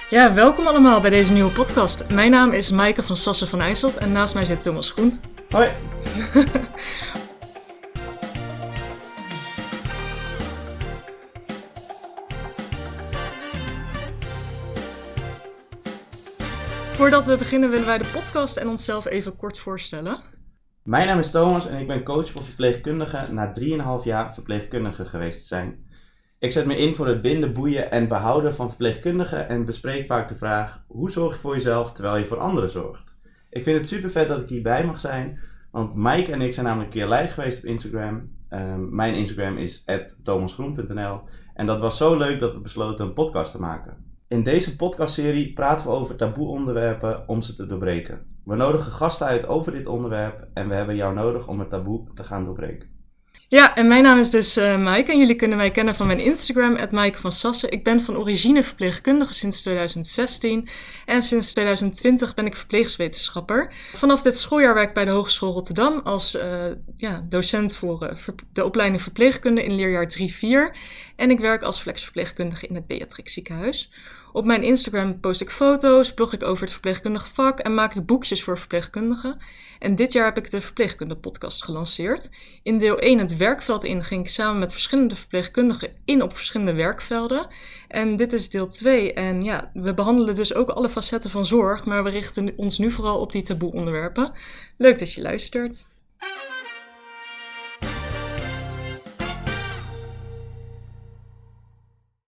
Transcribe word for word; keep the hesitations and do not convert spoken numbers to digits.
Ja, welkom allemaal bij deze nieuwe podcast. Mijn naam is Maaike van Sassen van IJsselt en naast mij zit Thomas Groen. Hoi. Voordat we beginnen willen wij de podcast en onszelf even kort voorstellen. Mijn naam is Thomas en ik ben coach voor verpleegkundigen na drieënhalf jaar verpleegkundige geweest te zijn. Ik zet me in voor het binden, boeien en behouden van verpleegkundigen en bespreek vaak de vraag: hoe zorg je voor jezelf terwijl je voor anderen zorgt? Ik vind het super vet dat ik hierbij mag zijn, want Maaike en ik zijn namelijk een keer live geweest op Instagram. Um, mijn Instagram is at thomasgroen punt n l en dat was zo leuk dat we besloten een podcast te maken. In deze podcastserie praten we over taboe onderwerpen om ze te doorbreken. We nodigen gasten uit over dit onderwerp en we hebben jou nodig om het taboe te gaan doorbreken. Ja, en mijn naam is dus uh, Maaike en jullie kunnen mij kennen van mijn Instagram, at Maaike van Sassen. Ik ben van origine verpleegkundige sinds tweeduizend zestien en sinds tweeduizend twintig ben ik verpleegwetenschapper. Vanaf dit schooljaar werk ik bij de Hogeschool Rotterdam als uh, ja, docent voor uh, ver- de opleiding verpleegkunde in leerjaar drie vier. En ik werk als flexverpleegkundige in het Beatrix ziekenhuis. Op mijn Instagram post ik foto's, blog ik over het verpleegkundig vak en maak ik boekjes voor verpleegkundigen. En dit jaar heb ik de Verpleegkunde podcast gelanceerd. In deel één, het werkveld in, ging ik samen met verschillende verpleegkundigen in op verschillende werkvelden. En dit is deel twee. En ja, we behandelen dus ook alle facetten van zorg, maar we richten ons nu vooral op die taboe onderwerpen. Leuk dat je luistert.